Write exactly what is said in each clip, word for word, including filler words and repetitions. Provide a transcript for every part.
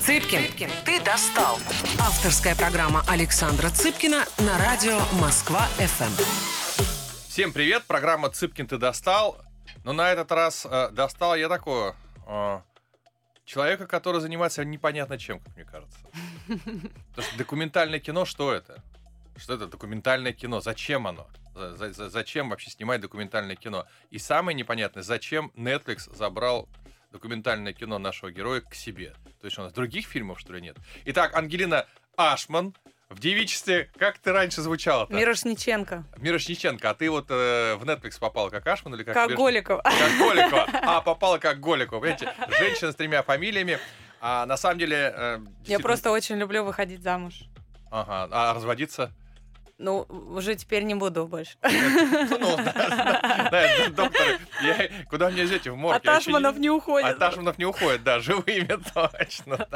Цыпкин, Цыпкин, ты достал. Авторская программа Александра Цыпкина на радио Москва-эф эм. Всем привет, программа «Цыпкин, ты достал». Но на этот раз э, достал я такого э, человека, который занимается непонятно чем, как мне кажется. Потому что документальное кино, что это? Что это документальное кино? Зачем оно? За, за, зачем вообще снимать документальное кино? И самое непонятное, зачем Netflix забрал документальное кино нашего героя к себе? То есть у нас других фильмов, что ли, нет? Итак, Ангелина Ашман в девичестве, как ты раньше звучала-то? Мирошниченко. Мирошниченко, а ты вот э, в Netflix попала как Ашман или как... Как Мирош... Голикова. Как Голикова. А, попала как Голикова. Понимаете, женщина с тремя фамилиями. А на самом деле... Э, действительно... Я просто очень люблю выходить замуж. Ага, а разводиться? Ну, уже теперь не буду больше. Ну, да, доктор, куда мне везете, в морг? От Ашманов не уходят. От Ашманов не уходят, да, живыми точно.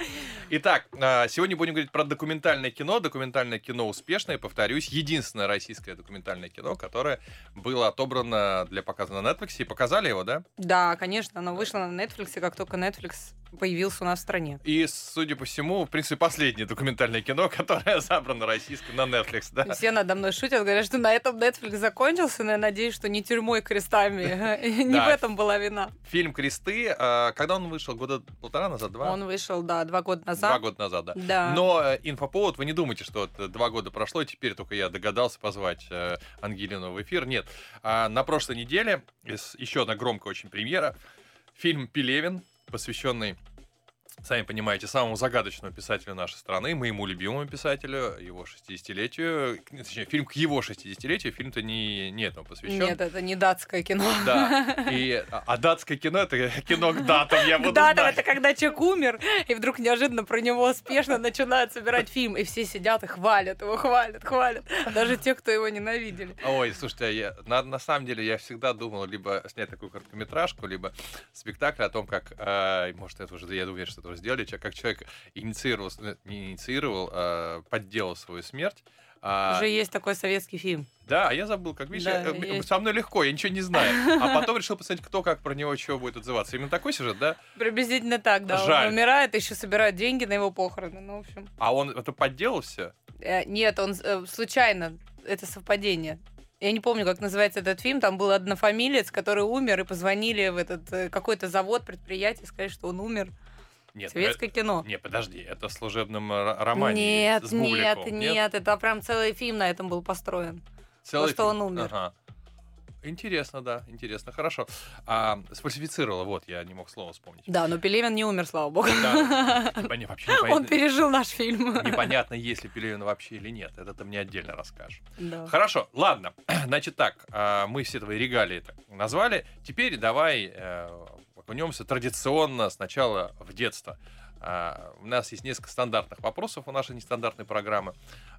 Итак, сегодня будем говорить про документальное кино. Документальное кино успешное, повторюсь, единственное российское документальное кино, которое было отобрано для показа на Netflix. И показали его, да? Да, конечно, оно вышло на Netflix, как только Netflix появился у нас в стране. И, судя по всему, в принципе, последнее документальное кино, которое забрано российское на Netflix, да? Все надо мной шутят, говорят, что на этом Netflix закончился, но я надеюсь, что не тюрьмой, крестами. Не в этом была вина. Фильм «Кресты», когда он вышел? Года полтора назад, два? Он вышел, да, два года назад. Два года назад, да. Да. Но э, инфоповод, вы не думайте, что вот два года прошло, и теперь только я догадался позвать э, Ангелину в эфир. Нет. А на прошлой неделе, еще одна громкая очень премьера, фильм «Пелевин», посвященный, сами понимаете, самому загадочному писателю нашей страны, моему любимому писателю, его шестидесятилетию. Точнее, фильм к его шестидесятилетию, фильм-то не, не этому посвящен. Нет, это не датское кино. Да. И, а, а датское кино — это кино к датам, я буду датам знать. — это когда человек умер, и вдруг неожиданно про него успешно начинают собирать фильм, и все сидят и хвалят его, хвалят, хвалят. Даже те, кто его ненавидели. Ой, слушайте, я, на, на самом деле я всегда думал либо снять такую короткометражку, либо спектакль о том, как, э, может, это уже, я думаю, что это уже сделали, как человек инициировал, не инициировал, а подделал свою смерть. А... Уже есть такой советский фильм. Да, а я забыл, как видишь, да, я, есть. Со мной легко, я ничего не знаю. А потом решил посмотреть, кто как про него чего будет отзываться. Именно такой сюжет, да? Приблизительно так, да. Жаль. Он умирает, еще собирают деньги на его похороны, ну, в общем. А он это подделал все? Э, нет, он э, случайно, это совпадение. Я не помню, как называется этот фильм. Там был однофамилец, который умер, и позвонили в этот э, какой-то завод, предприятие, сказали, что он умер. Нет, советское это, кино. Не, подожди, это в служебном романе. Нет, с нет, Бубликом, нет, нет, это прям целый фильм на этом был построен. Целый То, что фильм? он умер. Ага. Интересно, да, интересно, хорошо. А, сфальсифицировала, вот, я не мог слова вспомнить. Да, но Пелевин не умер, слава богу. Да. Не, вообще не Он пережил наш фильм. Непонятно, есть ли Пелевин вообще или нет. Это ты мне отдельно расскажешь. Да. Хорошо, ладно. Значит так, мы все твои регалии так назвали. Теперь давай окунемся традиционно сначала в детство. Uh, у нас есть несколько стандартных вопросов у нашей нестандартной программы.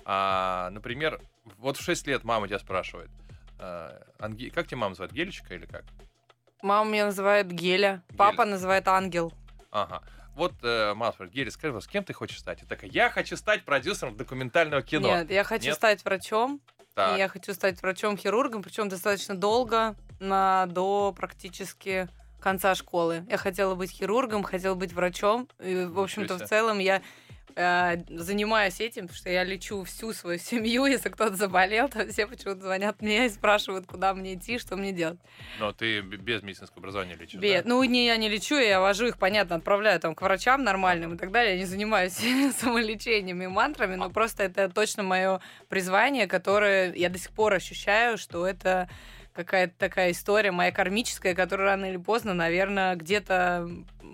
Uh, например, вот в шесть лет мама тебя спрашивает, uh, Анги... как тебя мама зовут, Гелечка или как? Мама меня называет Геля, папа Геля. называет Ангел. Ага. Вот uh, мама спрашивает, Геля, скажи, с кем ты хочешь стать? И такая, я хочу стать продюсером документального кино. Нет, я хочу Нет? стать врачом. Так. И я хочу стать врачом-хирургом, причем достаточно долго, на, до практически конца школы. Я хотела быть хирургом, хотела быть врачом. И, в общем-то, в целом я э, занимаюсь этим, потому что я лечу всю свою семью. Если кто-то заболел, то все почему-то звонят мне и спрашивают, куда мне идти, что мне делать. Но ты без медицинского образования лечишь, без... да? Ну, не, я не лечу, я вожу их, понятно, отправляю там к врачам нормальным и так далее. Я не занимаюсь самолечением и мантрами, но просто это точно мое призвание, которое я до сих пор ощущаю, что это какая-то такая история моя кармическая, которая рано или поздно, наверное, где-то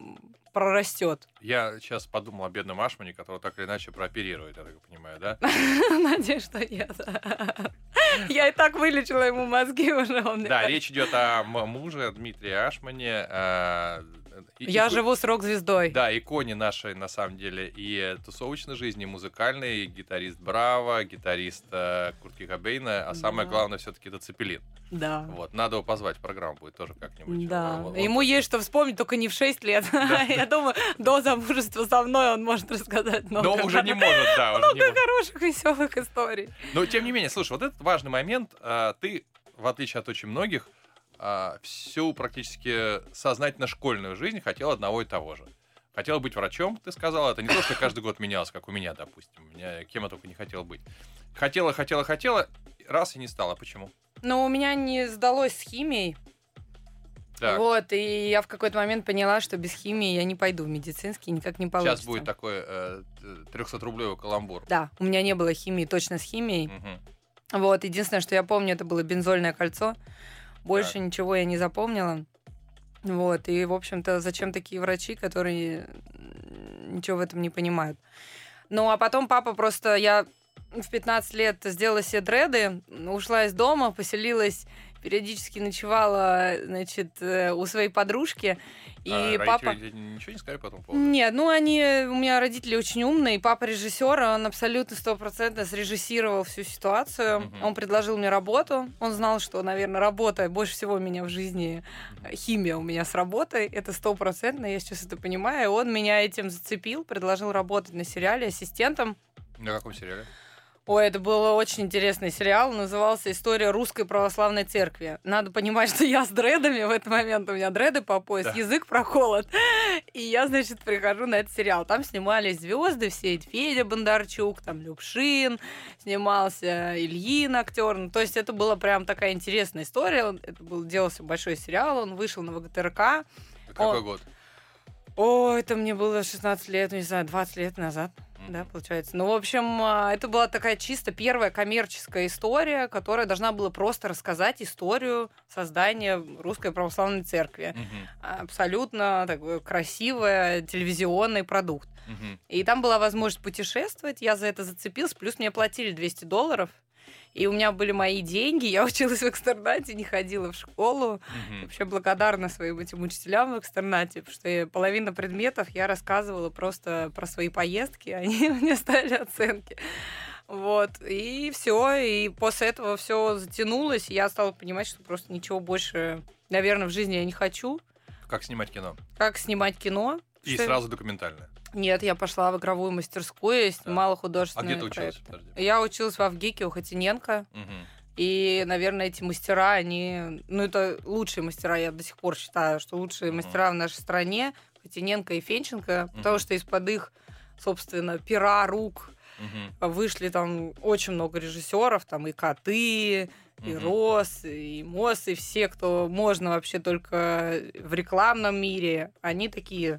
прорастет. Я сейчас подумал о бедном Ашмане, которого так или иначе прооперируют, я так понимаю, да? Надеюсь, что нет. Я и так вылечила ему мозги уже. Да, речь идет о муже Дмитрии Ашмане. Я живу с рок-звездой. Да, иконе нашей, на самом деле, и тусовочной жизни, музыкальной, гитарист Браво, гитарист Курта Кобейна, а самое главное все-таки это Цепелин. Да. Вот, надо его позвать в программу, будет тоже как-нибудь. Да. Он, Ему он... есть что вспомнить, только не в шесть лет. Да. Я думаю, до замужества со мной он может рассказать много. Но уже не может, да. Много уже не хороших, веселых историй. Но, тем не менее, слушай, вот этот важный момент. Ты, в отличие от очень многих, всю практически сознательно школьную жизнь хотел одного и того же. Хотела быть врачом, ты сказала. Это не то, что каждый год менялось, как у меня, допустим. У меня кем я только не хотела быть. Хотела, хотела, хотела, раз и не стала. Почему? Ну, у меня не сдалось с химией. Так. Вот, и я в какой-то момент поняла, что без химии я не пойду в медицинский, никак не получится. Сейчас будет такой э, трехсотрублевый каламбур. Да, у меня не было химии, точно с химией. Угу. Вот, единственное, что я помню, это было бензольное кольцо. Больше так. ничего я не запомнила. Вот, и, в общем-то, зачем такие врачи, которые ничего в этом не понимают. Ну, а потом папа просто... Я в пятнадцать лет сделала себе дреды, ушла из дома, поселилась... периодически ночевала, значит, у своей подружки. И а папа... родители ничего не сказали по этому поводу? Нет, ну они... У меня родители очень умные. Папа режиссер, он абсолютно стопроцентно срежиссировал всю ситуацию. Uh-huh. Он предложил мне работу. Он знал, что, наверное, работа больше всего у меня в жизни... Uh-huh. Химия у меня с работой. Это стопроцентно, я сейчас это понимаю. Он меня этим зацепил, предложил работать на сериале ассистентом. На каком сериале? Ой, это был очень интересный сериал, назывался «История Русской Православной Церкви». Надо понимать, что я с дредами в этот момент, у меня дреды по пояс, да. Язык проколот. И я, значит, прихожу на этот сериал. Там снимались звезды все, Федя Бондарчук, там Любшин, снимался Ильин, актер. Ну, то есть это была прям такая интересная история. Это был, делался большой сериал, он вышел на ВГТРК. Это какой он... год? О, это мне было шестнадцать лет, ну, не знаю, двадцать лет назад. Да, получается. Ну, в общем, это была такая чисто первая коммерческая история, которая должна была просто рассказать историю создания Русской Православной Церкви. Uh-huh. Абсолютно такой красивый телевизионный продукт. Uh-huh. И там была возможность путешествовать, я за это зацепилась, плюс мне платили двести долларов. И у меня были мои деньги, я училась в экстернате, не ходила в школу. Uh-huh. Вообще благодарна своим этим учителям в экстернате, потому что я, половина предметов я рассказывала просто про свои поездки, они мне ставили оценки. Вот, и все, и после этого все затянулось, и я стала понимать, что просто ничего больше, наверное, в жизни я не хочу. Как снимать кино? Как снимать кино. И что... сразу документальное. Нет, я пошла в игровую мастерскую, я снимала да. художественные проекты. А где ты училась? Подожди. Я училась в Авгике у Хотиненко. Угу. И, наверное, эти мастера, они... Ну, это лучшие мастера, я до сих пор считаю, что лучшие угу. мастера в нашей стране. Хотиненко и Фенченко. Угу. Потому что из-под их, собственно, пера, рук угу. вышли там очень много режиссеров. Там и Коты, угу. и Рос, и Мосс, и все, кто можно вообще только в рекламном мире. Они такие...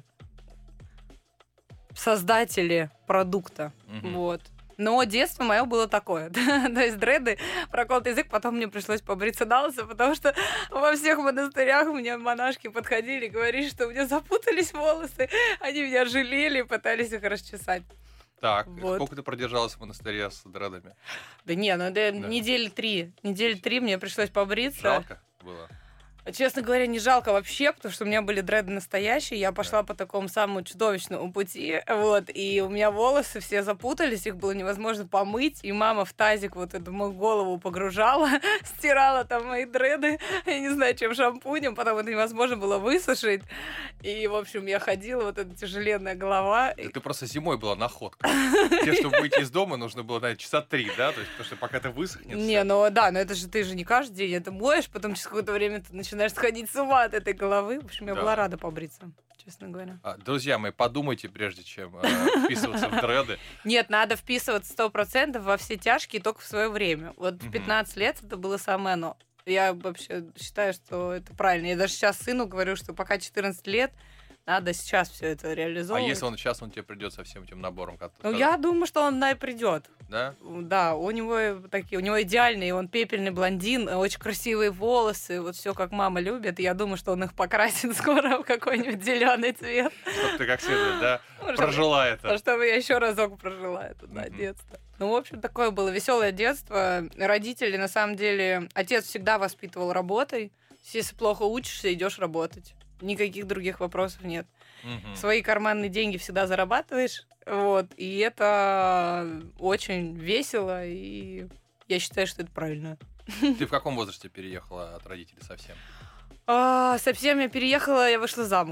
создатели продукта. Mm-hmm. Вот. Но детство мое было такое. То есть дреды, проколотый язык, потом мне пришлось побриться на лысо, потому что во всех монастырях мне монашки подходили и говорили, что у меня запутались волосы. Они меня жалели, пытались их расчесать. Так, вот. Сколько ты продержалась в монастыре с дредами? Да не, ну да, да. недели три. Недели три мне пришлось побриться. Жалко было? Честно говоря, не жалко вообще, потому что у меня были дреды настоящие, я пошла да. по такому самому чудовищному пути, вот, и у меня волосы все запутались, их было невозможно помыть, и мама в тазик вот эту мою голову погружала, стирала там мои дреды, я не знаю, чем шампунем, потом это невозможно было высушить, и, в общем, я ходила, вот эта тяжеленная голова. Да ты просто зимой была находка. Тебе, чтобы выйти из дома, нужно было, наверное, часа три, да, то есть, потому что пока ты высохнет. Не, ну да, но это же ты же не каждый день это моешь, потом через какое-то время ты начинаешь начинаешь сходить с ума от этой головы. В общем, я да. была рада побриться, честно говоря. А, друзья мои, подумайте, прежде чем э, вписываться в дреды. Нет, надо вписываться сто процентов во все тяжкие только в свое время. Вот в пятнадцать лет это было самое оно. Я вообще считаю, что это правильно. Я даже сейчас сыну говорю, что пока четырнадцать лет, надо сейчас все это реализовывать. А если он сейчас он тебе придет со всем этим набором? Как ну, я думаю, что он, да, и придет. Да? Да, у него такие, у него идеальный, он пепельный блондин, очень красивые волосы, вот все как мама любит. И я думаю, что он их покрасит скоро в какой-нибудь зеленый цвет. Чтобы ты как следует, да, прожила это. Чтобы я еще разок прожила это, да, детство. Ну, в общем, такое было веселое детство. Родители, на самом деле, отец всегда воспитывал работой. Если плохо учишься, идешь работать. Никаких других вопросов нет. Угу. Свои карманные деньги всегда зарабатываешь. Вот. И это очень весело. И я считаю, что это правильно. Ты в каком возрасте переехала от родителей совсем? А, совсем я переехала, я вышла замуж.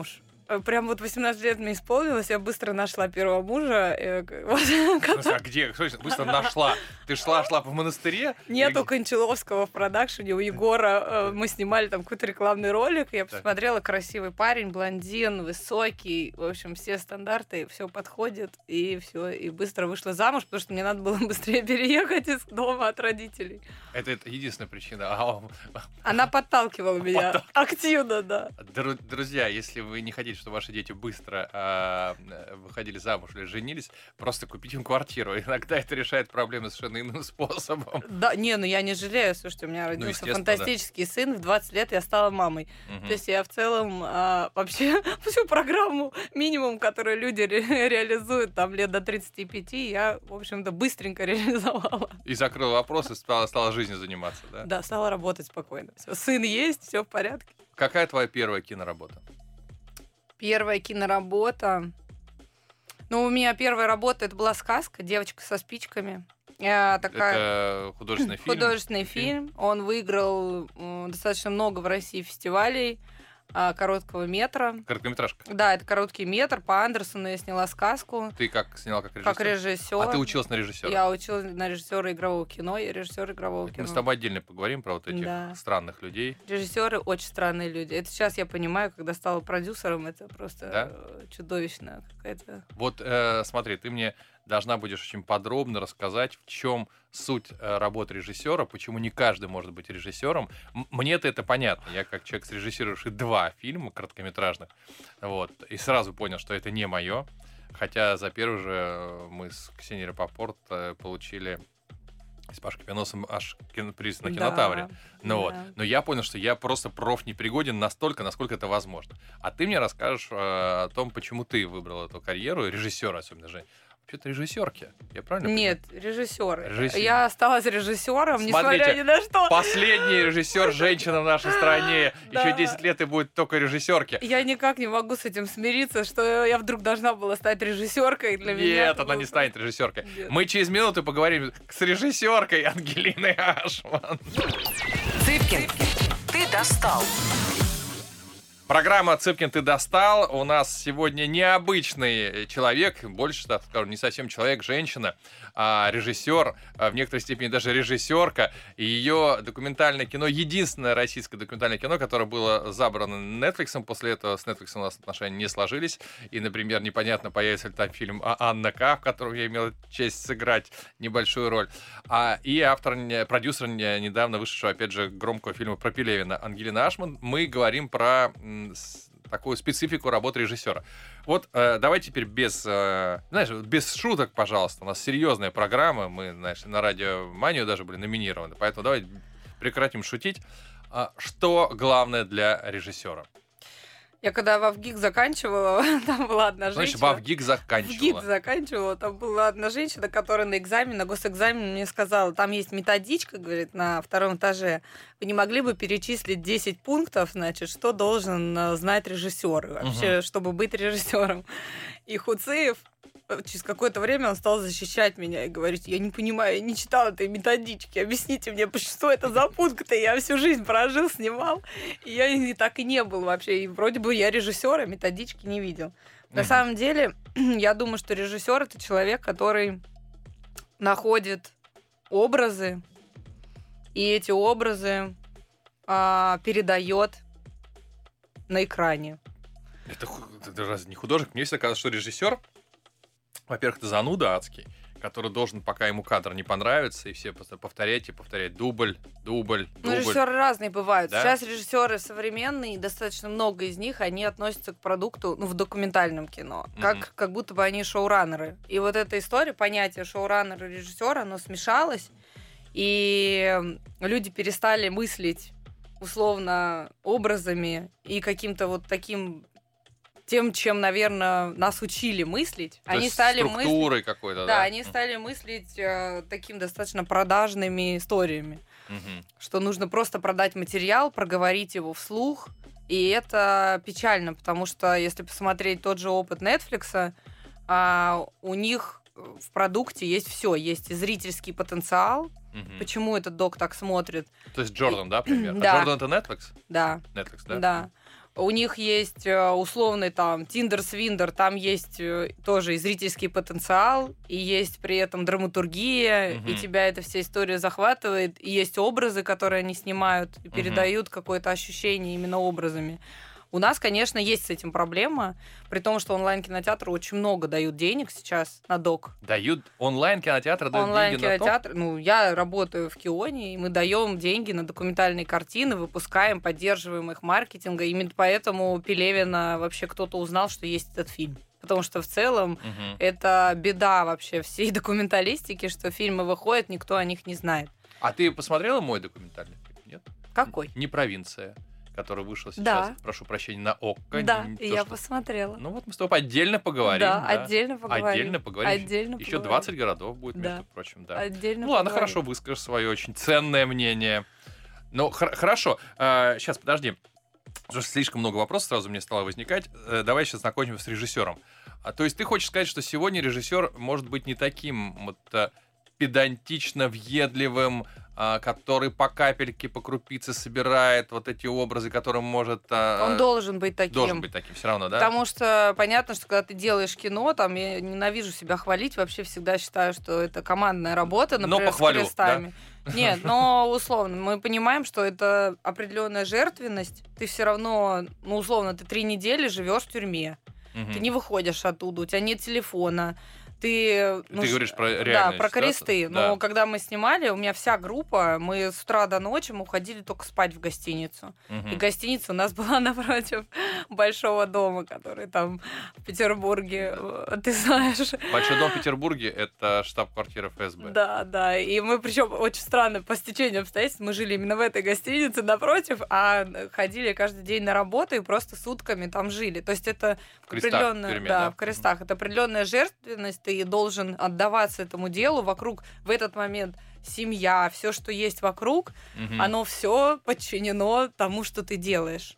прям вот восемнадцать лет мне исполнилось, я быстро нашла первого мужа. э, вот, А где? Что значит быстро нашла? Ты шла, шла по монастыре? Нет, у Кончаловского в продакшене, у Егора э, мы снимали там какой-то рекламный ролик, я посмотрела, красивый парень, блондин, высокий, в общем, все стандарты, все подходит, и все, и быстро вышла замуж, потому что мне надо было быстрее переехать из дома от родителей. Это, это единственная причина. А, Она подталкивала меня Подталкивала. активно, да. Дру- Друзья, если вы не хотите, чтобы ваши дети быстро а, выходили замуж или женились, просто купите им квартиру. Иногда это решает проблемы совершенно иным способом. Да, не, ну я не жалею, слушайте, у меня родился естественно, фантастический сын, в двадцать лет я стала мамой. Мгм. То есть я в целом а, вообще всю программу минимум, которую люди ре- реализуют там лет до тридцати пяти, я, в общем-то, быстренько реализовала. И закрыл вопрос, и стала, стала жизнью заниматься, да? Да, стала работать спокойно. Всё, сын есть, все в порядке. Какая твоя первая киноработа? Первая киноработа. Ну, у меня первая работа это была сказка «Девочка со спичками». Я такая... Это художественный фильм? Художественный фильм. Он выиграл м, достаточно много в России фестивалей а, короткого метра. Короткометражка. Да, это короткий метр. По Андерсону я сняла сказку. Ты как сняла как режиссер? Как режиссер. А ты училась на режиссера? Я училась на режиссера игрового кино, я режиссер игрового Мы кино. с тобой отдельно поговорим про вот этих Да. странных людей. Режиссеры очень странные люди. Это сейчас я понимаю, когда стала продюсером, это просто Да? э, чудовищно какая-то. Вот э, смотри, ты мне должна будешь очень подробно рассказать, в чем суть э, работы режиссера, почему не каждый может быть режиссером. М- Мне-то это понятно. Я как человек, срежиссировавший два фильма короткометражных, вот, и сразу понял, что это не мое. Хотя за первый же э, мы с Ксенией Рапопорт э, получили с Пашкой Пеносом аж кино- приз на кинотавре. Ну вот. да. Но я понял, что я просто профнепригоден настолько, насколько это возможно. А ты мне расскажешь э, о том, почему ты выбрал эту карьеру, режиссера особенно же. Вообще-то режиссерки. Я правильно Нет, режиссеры. Режиссер. Я осталась режиссером, Смотрите, несмотря ни на что. понимаю? Последний режиссер женщина в нашей стране. Да. Еще десять лет и будет только режиссерки. Я никак не могу с этим смириться, что я вдруг должна была стать режиссеркой для меня. Нет, это она было не просто- станет режиссеркой. Нет. Мы через минуту поговорим с режиссеркой Ангелиной Ашман. Цыпкин, ты достал. Программа «Цыпкин, ты достал». У нас сегодня необычный человек, больше так скажу, не совсем человек, женщина, а режиссер, а в некоторой степени даже режиссерка. И ее документальное кино, единственное российское документальное кино, которое было забрано Netflix, после этого с Netflix у нас отношения не сложились. И, например, непонятно, появится ли там фильм «А- Анна К., в котором я имел честь сыграть небольшую роль. А, и автор, не- продюсер не- недавно вышедшего, опять же, громкого фильма про Пелевина Ангелина Ашман. Мы говорим про м, с- такую специфику работы режиссера. Вот э, давай теперь без, э, знаешь, без шуток, пожалуйста. У нас серьезная программа. Мы, знаешь, на радио Манию даже были номинированы. Поэтому давай прекратим шутить. А что главное для режиссера? Я когда в ВГИК заканчивала, там была одна Значит, женщина. во ВГИК В ГИК заканчивала. заканчивала, там была одна женщина, которая на экзамен, на госэкзамен мне сказала, там есть методичка, говорит, на втором этаже. Вы не могли бы перечислить десять пунктов, значит, что должен э, знать режиссер вообще, чтобы быть режиссером. И Хуцеев э, через какое-то время он стал защищать меня и говорить, я не понимаю, я не читал этой методички, объясните мне, что это за пункты, я всю жизнь прожил, снимал, и я и так и не был вообще, и вроде бы я режиссер, а методички не видел. На Мгм. самом деле, я думаю, что режиссер это человек, который находит образы, и эти образы а, передает на экране. Это, ху- это разве не художник? Мне всегда казалось, что режиссер, во-первых, это зануда адский, который должен, пока ему кадр не понравится, и все просто повторять и повторять дубль, дубль, Ну, дубль. режиссеры разные бывают. Да? Сейчас режиссеры современные, достаточно много из них, они относятся к продукту, ну, в документальном кино, Мгм. как, как будто бы они шоураннеры. И вот эта история, понятие шоураннера и режиссера, оно смешалось, и люди перестали мыслить условно образами и каким-то вот таким тем, чем, наверное, нас учили мыслить. То они есть стали мыслить. структурой какой-то, Да, да? они стали мыслить э, таким достаточно продажными историями, Мгм. что нужно просто продать материал, проговорить его вслух, и это печально, потому что если посмотреть тот же опыт Netflix, а, у них в продукте есть все, есть и зрительский потенциал, Мгм. почему этот док так смотрит, То есть Джордан, да, пример? Да. А Джордан это Netflix? да, Netflix, да? да. У них есть условный там Tinder Swindler, там есть тоже и зрительский потенциал, и есть при этом драматургия, угу. и тебя эта вся история захватывает, и есть образы, которые они снимают и угу. передают какое-то ощущение именно образами. У нас, конечно, есть с этим проблема, при том, что онлайн-кинотеатры очень много дают денег сейчас на док. Дают онлайн-кинотеатры, дают онлайн-кинотеатры, ну, я работаю в Кионе, и мы даем деньги на документальные картины, выпускаем, поддерживаем их маркетинга. Именно поэтому Пелевина вообще кто-то узнал, что есть этот фильм. Потому что в целом угу. это беда вообще всей документалистики, что фильмы выходят, никто о них не знает. А ты посмотрела мой документальный фильм? Нет? Какой? «Не провинция», который вышел сейчас, да. прошу прощения, на ОККО. Да, не, я то, что... посмотрела. Ну вот мы с тобой отдельно поговорим. Да, да. отдельно поговорим. Отдельно поговорим. Отдельно Еще поговорим. двадцать городов будет, да. между прочим. Да. Отдельно ну ладно, поговорим. хорошо, выскажешь свое очень ценное мнение. Ну, х- хорошо. А, сейчас, подожди. Потому что слишком много вопросов сразу мне стало возникать. Давай сейчас знакомимся с режиссером. А, то есть ты хочешь сказать, что сегодня режиссер может быть не таким вот педантично въедливым, который по капельке, по крупице собирает вот эти образы, которым может... Он должен быть таким. Должен быть таким, все равно, да? Потому что понятно, что когда ты делаешь кино, там, я ненавижу себя хвалить, вообще всегда считаю, что это командная работа, например, но похвалю, с крестами. Да? Нет, но условно, мы понимаем, что это определенная жертвенность. Ты все равно, ну, условно, ты три недели живешь в тюрьме. Угу. Ты не выходишь оттуда, у тебя нет телефона. Ты, ты ну, говоришь про реальную Да, про ситуацию? кресты. Да. Но когда мы снимали, у меня вся группа, мы с утра до ночи мы уходили только спать в гостиницу. Угу. И гостиница у нас была напротив Большого дома, который там в Петербурге, ты знаешь. Большой дом в Петербурге — это штаб-квартира эф эс бэ. Да, да. И мы, причем очень странно, по стечению обстоятельств, мы жили именно в этой гостинице напротив, а ходили каждый день на работу и просто сутками там жили. То есть это определенная... В тюрьме, да, да, в крестах. Это определенная жертвенность, ты должен отдаваться этому делу. Вокруг в этот момент семья, все, что есть вокруг, угу. оно все подчинено тому, что ты делаешь.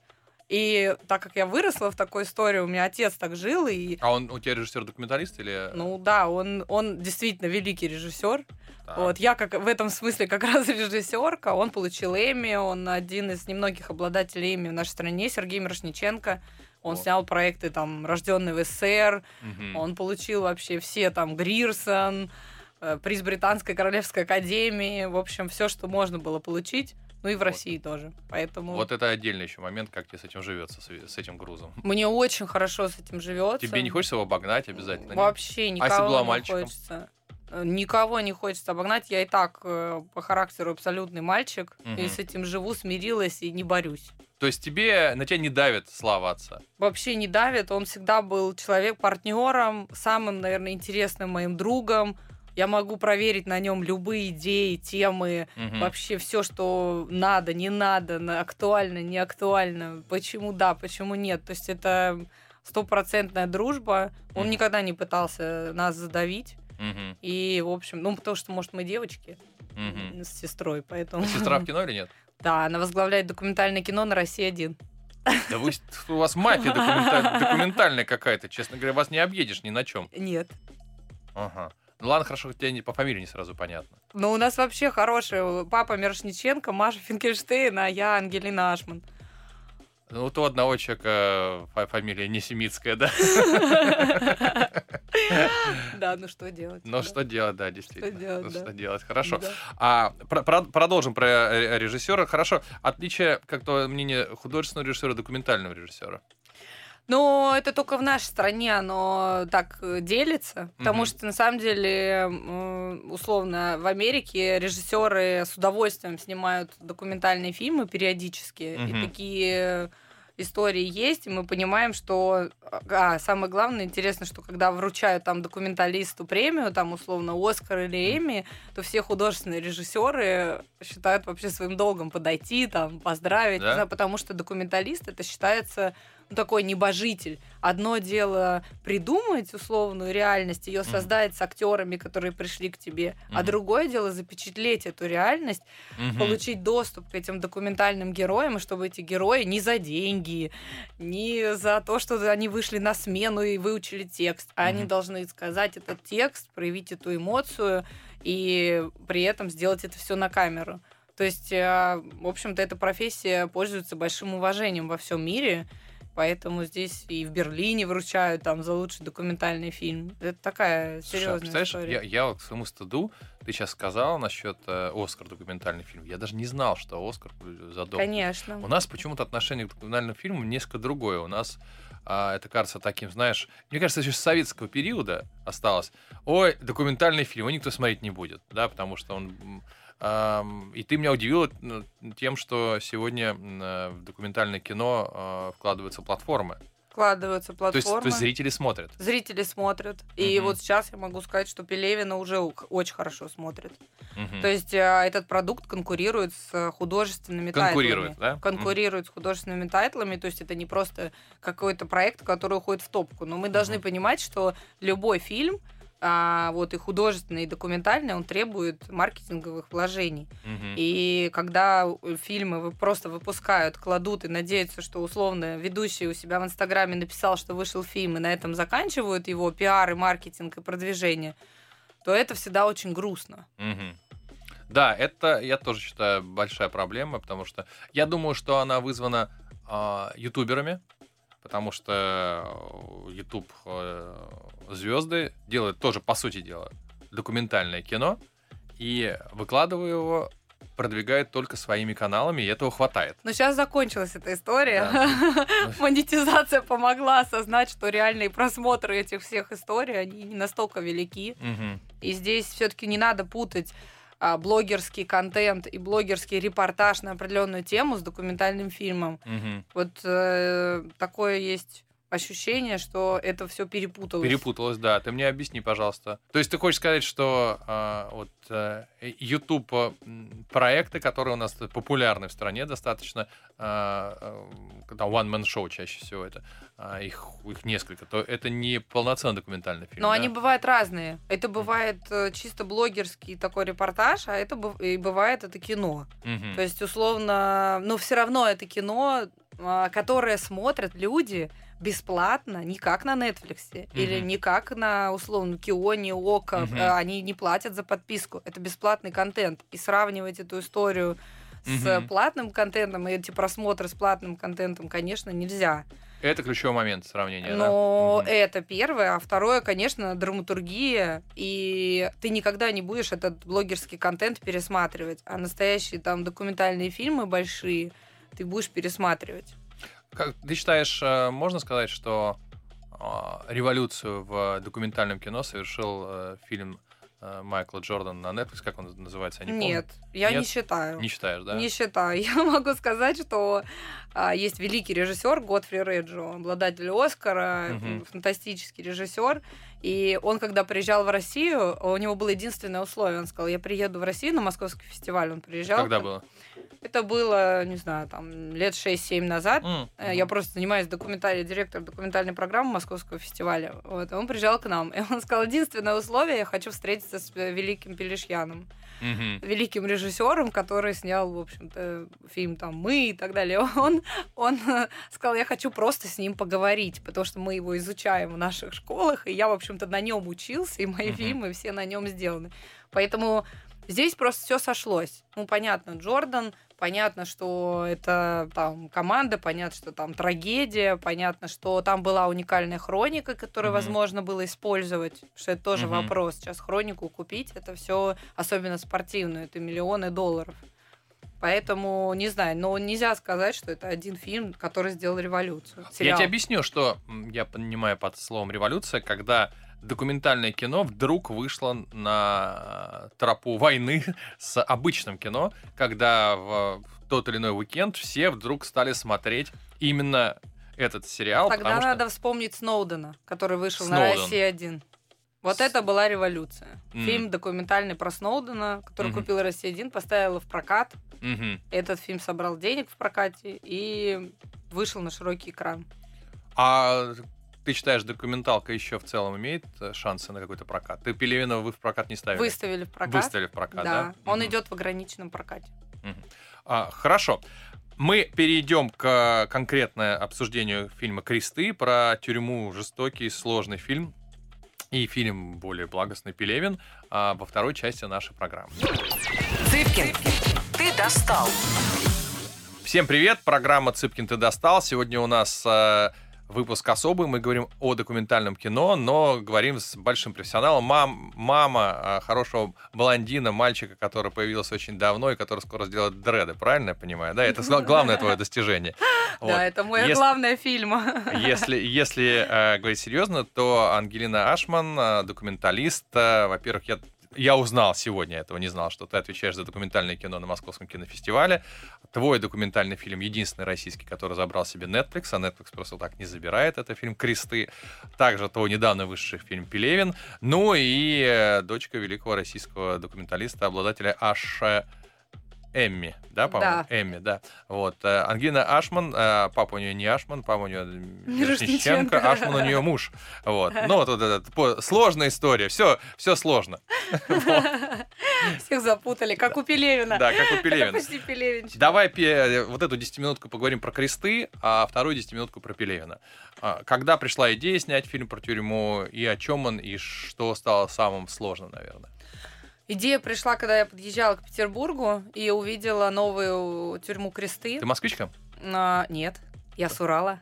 И так как я выросла в такой истории, у меня отец так жил. И... А он у тебя режиссер-документалист или... Ну да, он, он действительно великий режиссер. Вот, я как в этом смысле как раз режиссерка. Он получил Эмми, он один из немногих обладателей Эмми в нашей стране, Сергей Мирошниченко. Он вот. снял проекты там «Рожденный в эс эс эс эр», угу. он получил вообще все там Грирсон, приз Британской Королевской Академии, в общем, все, что можно было получить. Ну и в вот. России тоже. Поэтому... Вот это отдельный еще момент, как тебе с этим живется, с этим грузом. Мне очень хорошо с этим живется. Тебе не хочется его обогнать обязательно? Вообще никого а если была не мальчиком? Хочется. Никого не хочется обогнать. Я и так по характеру абсолютный мальчик. Угу. И с этим живу, смирилась и не борюсь. То есть тебе, на тебя не давит слава отца? Вообще не давит. Он всегда был человек-партнером, самым, наверное, интересным моим другом. Я могу проверить на нем любые идеи, темы, угу. вообще все, что надо, не надо, актуально, не актуально, почему да, почему нет. То есть это стопроцентная дружба. Он угу. никогда не пытался нас задавить. Угу. И, в общем, ну, потому что, может, мы девочки угу. с сестрой, поэтому... А сестра в кино или нет? Да, она возглавляет документальное кино на Россия один. Да вы, у вас мафия документаль... документальная какая-то, честно говоря, вас не объедешь ни на чем. Нет. Ага. Ну ладно, хорошо, тебе не, по фамилии не сразу понятно. Ну, у нас вообще хороший папа Мирошниченко, Маша Финкельштейн, а я Ангелина Ашман. Ну, вот у одного человека фамилия не семитская, да? Да, ну что делать? Ну что делать, да, действительно. Что делать, Что делать, хорошо. А продолжим про режиссера. Хорошо, отличие, как то мнение художественного режиссера и документального режиссера. Ну, это только в нашей стране оно так делится, потому mm-hmm. что, на самом деле, условно, в Америке режиссеры с удовольствием снимают документальные фильмы периодически, mm-hmm. и такие истории есть, и мы понимаем, что... А, самое главное, интересно, что когда вручают там документалисту премию, там, условно, Оскар или Эмми, то все художественные режиссеры считают вообще своим долгом подойти, там, поздравить, да? знаю, потому что документалист, это считается... Ну, такой небожитель. Одно дело придумать условную реальность, ее создать mm-hmm. с актерами, которые пришли к тебе, mm-hmm. а другое дело запечатлеть эту реальность, mm-hmm. получить доступ к этим документальным героям, и чтобы эти герои не за деньги, не за то, что они вышли на смену и выучили текст, а mm-hmm. они должны сказать этот текст, проявить эту эмоцию и при этом сделать это все на камеру. То есть, в общем-то, эта профессия пользуется большим уважением во всем мире, поэтому здесь и в Берлине вручают там за лучший документальный фильм. Это такая серьезная Слушай, а история. Я, я вот к своему стыду, ты сейчас сказала насчет э, Оскар документальный фильм. Я даже не знал, что Оскар за док. Конечно. У нас почему-то отношение к документальным фильмам несколько другое. У нас а, это кажется таким, знаешь, мне кажется, еще с советского периода осталось. Ой, документальный фильм, его никто смотреть не будет, да, потому что он... И ты меня удивила тем, что сегодня в документальное кино вкладываются платформы. Вкладываются платформы. То есть, то есть зрители смотрят. Зрители смотрят. И угу. вот сейчас я могу сказать, что Пелевина уже очень хорошо смотрит. Угу. То есть этот продукт конкурирует с художественными конкурирует, тайтлами. Да? Конкурирует угу. с художественными тайтлами. То есть это не просто какой-то проект, который уходит в топку. Но мы должны угу. понимать, что любой фильм, А вот и художественный, и документальный, он требует маркетинговых вложений. Uh-huh. И когда фильмы просто выпускают, кладут и надеются, что условно ведущий у себя в Инстаграме написал, что вышел фильм, и на этом заканчивают его пиар, и маркетинг, и продвижение, то это всегда очень грустно. Uh-huh. Да, это, я тоже считаю, большая проблема, потому что я думаю, что она вызвана э, ютуберами, потому что YouTube звезды делают тоже, по сути дела, документальное кино, и выкладывая его, продвигают только своими каналами, и этого хватает. Но сейчас закончилась эта история. Да. Монетизация помогла осознать, что реальные просмотры этих всех историй, они не настолько велики. Угу. И здесь все-таки не надо путать блогерский контент и блогерский репортаж на определенную тему с документальным фильмом. Угу. Вот э, такое есть ощущение, что это все перепуталось. Перепуталось, да. Ты мне объясни, пожалуйста. То есть ты хочешь сказать, что э, вот э, YouTube проекты, которые у нас популярны в стране достаточно, э, э, one-man-show чаще всего это, э, их, их несколько, то это не полноценный документальный фильм. Но да? они бывают разные. Это бывает э, чисто блогерский такой репортаж, а это б- и бывает это кино. Mm-hmm. То есть, условно, но все равно это кино, э, которое смотрят люди бесплатно, не как на Netflix mm-hmm. или не как на, условно, Кионе, Око. Mm-hmm. Они не платят за подписку. Это бесплатный контент. И сравнивать эту историю mm-hmm. с платным контентом и эти просмотры с платным контентом, конечно, нельзя. Это ключевой момент сравнения, Но да? это первое. А второе, конечно, драматургия. И ты никогда не будешь этот блогерский контент пересматривать. А настоящие там документальные фильмы большие ты будешь пересматривать. Как ты считаешь, можно сказать, что революцию в документальном кино совершил фильм Майкла Джордана на Netflix, как он называется? Я не помню. Нет, я Нет? не считаю. Не считаешь, да? Не считаю. Я могу сказать, что а, есть великий режиссер Годфри Реджо, обладатель Оскара, угу. фантастический режиссер. И он, когда приезжал в Россию, у него было единственное условие. Он сказал, я приеду в Россию на Московский фестиваль. Он приезжал. Когда было? Это было, не знаю, там, лет шесть-семь назад. Mm-hmm. Я просто занимаюсь документальной, директор документальной программы Московского фестиваля. Вот. Он приезжал к нам. И он сказал, единственное условие, я хочу встретиться с великим Пелешьяном. Mm-hmm. Великим режиссером, который снял, в общем-то, фильм там «Мы» и так далее. Он, он сказал, я хочу просто с ним поговорить, потому что мы его изучаем в наших школах, и я, в общем-то, на нем учился, и мои mm-hmm. фильмы все на нем сделаны. Поэтому здесь просто все сошлось. Ну, понятно, Джордан, понятно, что это там команда, понятно, что там трагедия, понятно, что там была уникальная хроника, которую mm-hmm. возможно было использовать, что это тоже mm-hmm. вопрос. Сейчас хронику купить, это все, особенно спортивную, это миллионы долларов. Поэтому, не знаю, но нельзя сказать, что это один фильм, который сделал революцию. Сериал. Я тебе объясню, что я понимаю под словом «революция», когда документальное кино вдруг вышло на тропу войны с обычным кино, когда в тот или иной уикенд все вдруг стали смотреть именно этот сериал. Тогда надо что... вспомнить Сноудена, который вышел Сноуден. на Россия один. Вот это была революция. Mm. Фильм документальный про Сноудена, который mm-hmm. купил Россия один, поставила в прокат. Mm-hmm. Этот фильм собрал денег в прокате и вышел на широкий экран. А ты считаешь, документалка еще в целом имеет шансы на какой-то прокат? Ты Пелевина вы в прокат не ставили? Выставили в прокат. Выставили в прокат, да? Да. Он Mm-hmm. идет в ограниченном прокате. Mm-hmm. А, хорошо. Мы перейдем к конкретному обсуждению фильма «Кресты» про тюрьму, жестокий, сложный фильм. И фильм более благостный «Пелевин» а, во второй части нашей программы. Цыпкин, ты Ты достал. Всем привет, программа «Цыпкин, ты достал». Сегодня у нас э, выпуск особый, мы говорим о документальном кино, но говорим с большим профессионалом. Мам, мама э, хорошего блондина, мальчика, который появился очень давно и который скоро сделает дреды, правильно я понимаю? Да, это главное твое достижение. Да, это моя главная фильма. Если, если э, говорить серьезно, то Ангелина Ашман, э, документалист, э, во-первых, я Я узнал сегодня, этого не знал, что ты отвечаешь за документальное кино на Московском кинофестивале. Твой документальный фильм единственный российский, который забрал себе Netflix, а Netflix просто так не забирает. Это фильм «Кресты». Также твой недавно вышедший фильм «Пелевин». Ну и дочка великого российского документалиста, обладателя аж Эмми, да, по-моему? Да. Эмми, да. Вот. Ангелина Ашман, папа у нее не Ашман, папа у нее Мирошниченко. Мирошниченко, Ашман у нее муж. Вот. Ну, вот, вот это сложная история. Все, все сложно. Всех запутали, как у Пелевина. Да, как у Пелевина. Это почти Пелевинчик. Давай вот эту десятиминутку поговорим про «Кресты», а вторую десятиминутку про Пелевина. Когда пришла идея снять фильм про тюрьму, и о чем он, и что стало самым сложным, наверное? Идея пришла, когда я подъезжала к Петербургу и увидела новую тюрьму «Кресты». Ты москвичка? А, нет, я с Урала.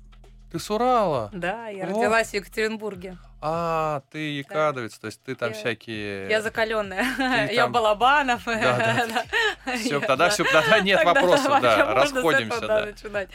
Ты с Урала? Да, я О. родилась в Екатеринбурге. А, ты якадовец, да. То есть ты там я, всякие... Я закаленная. Ты я там... Балабанов. Да, да. Все, Я, тогда, да. все, тогда нет Тогда вопросов, да, можно с расходимся. этого, Да. да, начинать.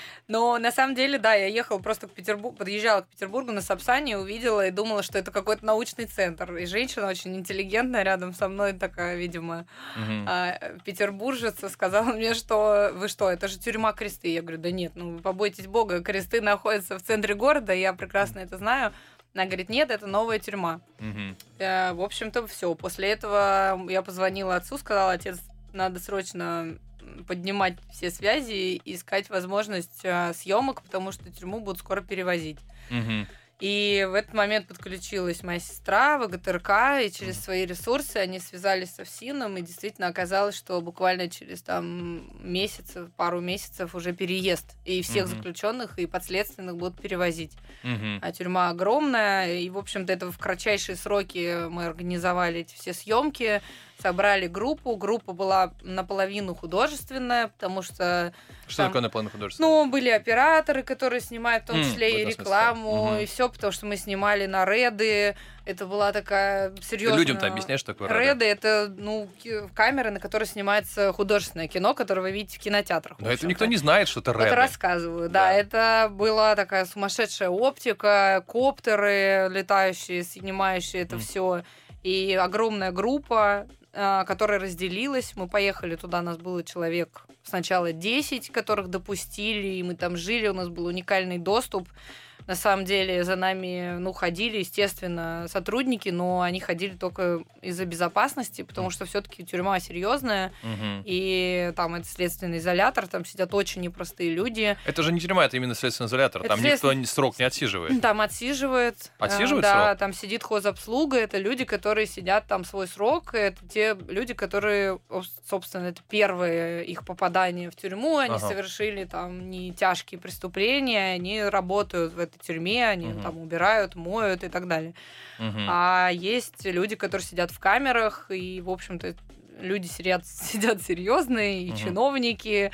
Но на самом деле, да, я ехала просто к Петербургу, подъезжала к Петербургу на Сапсане, увидела и думала, что это какой-то научный центр. И женщина очень интеллигентная рядом со мной, такая, видимо, Мгм. а, петербуржица, сказала мне, что вы что, это же тюрьма Кресты. Я говорю, да нет, ну вы побойтесь Бога, Кресты находятся в центре города, я прекрасно это знаю. Она говорит, нет, это новая тюрьма. Мгм. Э, В общем-то, все. После этого я позвонила отцу, сказала, отец, надо срочно поднимать все связи и искать возможность э, съемок, потому что тюрьму будут скоро перевозить. Мгм. И в этот момент подключилась моя сестра в ВГТРК, и через свои ресурсы они связались со ФСИНом, и действительно оказалось, что буквально через там месяцев, пару месяцев уже переезд, и всех Мгм. заключенных и подследственных будут перевозить. Мгм. А тюрьма огромная, и, в общем-то, это в кратчайшие сроки мы организовали эти все съемки, собрали группу. Группа была наполовину художественная, потому что... Что там, такое наполовину художественное? ну, были операторы, которые снимают в том М, числе в и этом смысле. рекламу, Мгм. и все, потому что мы снимали на Реды. Это была такая Ты серьезная... людям-то объясняешь, что такое Реды Реды? это, ну, ки- камеры, на которые снимается художественное кино, которое вы видите в кинотеатрах. в Но это общем-то. никто не знает, что это Вот Реды. рассказываю, да. Да. Это была такая сумасшедшая оптика, коптеры летающие, снимающие это Мгм. все, и огромная группа, а, которая разделилась. Мы поехали туда, нас было человек сначала десять, которых допустили, и мы там жили, у нас был уникальный доступ. На самом деле за нами, ну, ходили, естественно, сотрудники, но они ходили только из-за безопасности, потому что все-таки тюрьма серьезная, Мгм. и там это следственный изолятор, там сидят очень непростые люди. Это же не тюрьма, это именно следственный изолятор. Это Там никто следствен- ни- срок не отсиживает. Там отсиживает. Отсиживает э, Да, срок? там сидит хозобслуга. Это люди, которые сидят там свой срок. Это те люди, которые, ос- собственно, это первое их попадание в тюрьму. Они Ага. совершили там не тяжкие преступления. Они работают в этой тюрьме. Они Мгм. там убирают, моют и так далее. Мгм. А есть люди, которые сидят в камерах. И, в общем-то, люди сидят, сидят серьезные, и Мгм. чиновники,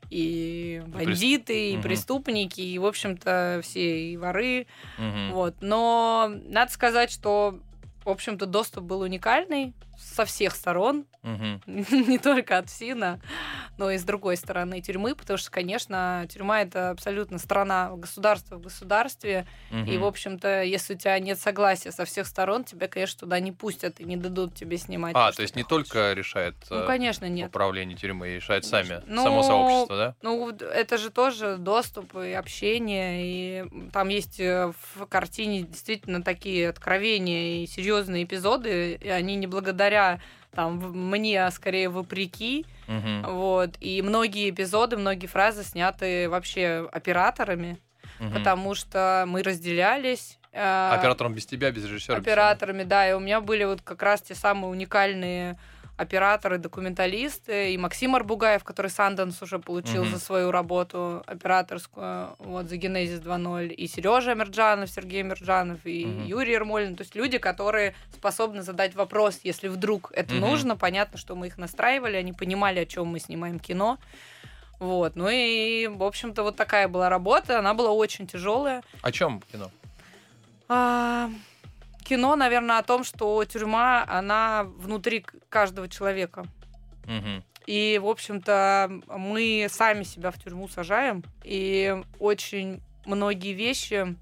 и бандиты, и Мгм. преступники, и, в общем-то, все и воры. Мгм. Вот. Но надо сказать, что, в общем-то, доступ был уникальный со всех сторон, Мгм. не только от ФСИНа, но и с другой стороны тюрьмы, потому что, конечно, тюрьма — это абсолютно страна, государство в государстве, и, Мгм. в общем-то, если у тебя нет согласия со всех сторон, тебя, конечно, туда не пустят и не дадут тебе снимать. А, то, то есть что не ты хочешь. только решает Ну, э, конечно, нет. управление тюрьмой, решает сами, Ну, само сообщество, да? Ну, это же тоже доступ и общение, и там есть э, в картине действительно такие откровения и серьезные эпизоды, и они не благодаря там в- мне, а скорее вопреки, Мгм. вот, и многие эпизоды, многие фразы сняты вообще операторами, Мгм. потому что мы разделялись. э, Оператором без тебя, без режиссера. без операторами, да, и у меня были вот как раз те самые уникальные операторы, документалисты, и Максим Арбугаев, который Санденс уже получил mm-hmm. за свою работу операторскую, вот, за Генезис два ноль, и Сережа Амирджанов, Сергей Амирджанов, и mm-hmm. Юрий Ермолин, то есть люди, которые способны задать вопрос, если вдруг это mm-hmm. нужно. Понятно, что мы их настраивали, они понимали, о чем мы снимаем кино. Вот, ну и, в общем-то, вот такая была работа, она была очень тяжелая. О чем кино? А, кино, наверное, о том, что тюрьма, она внутри каждого человека. Угу. И, в общем-то, мы сами себя в тюрьму сажаем, и очень многие вещи,